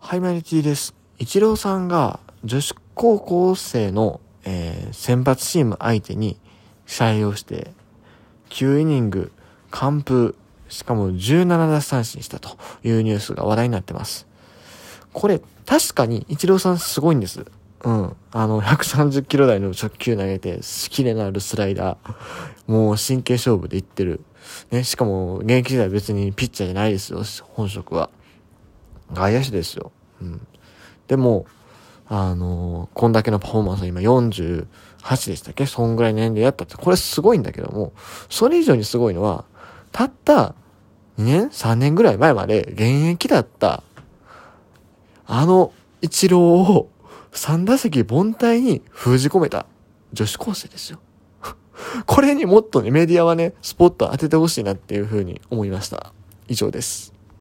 はい、マリティです。イチローさんが女子高校生の、選抜チーム相手に試合をして9イニング完封、しかも17奪三振したというニュースが話題になってます。これ確かにイチローさんすごいんです。130キロ台の直球投げて、キレのあるスライダー、もう真剣勝負でいってる。ね、しかも現役時代別にピッチャーじゃないですよ、本職は。外野手ですよ。でも、こんだけのパフォーマンスを今48でしたっけ？そんぐらい年齢やったって、これすごいんだけども、それ以上にすごいのは、たった2年 ?3 年ぐらい前まで現役だった、イチローを3打席凡退に封じ込めた女子高生ですよ。これにもっとね、メディアはね、スポット当ててほしいなっていう風に思いました。以上です。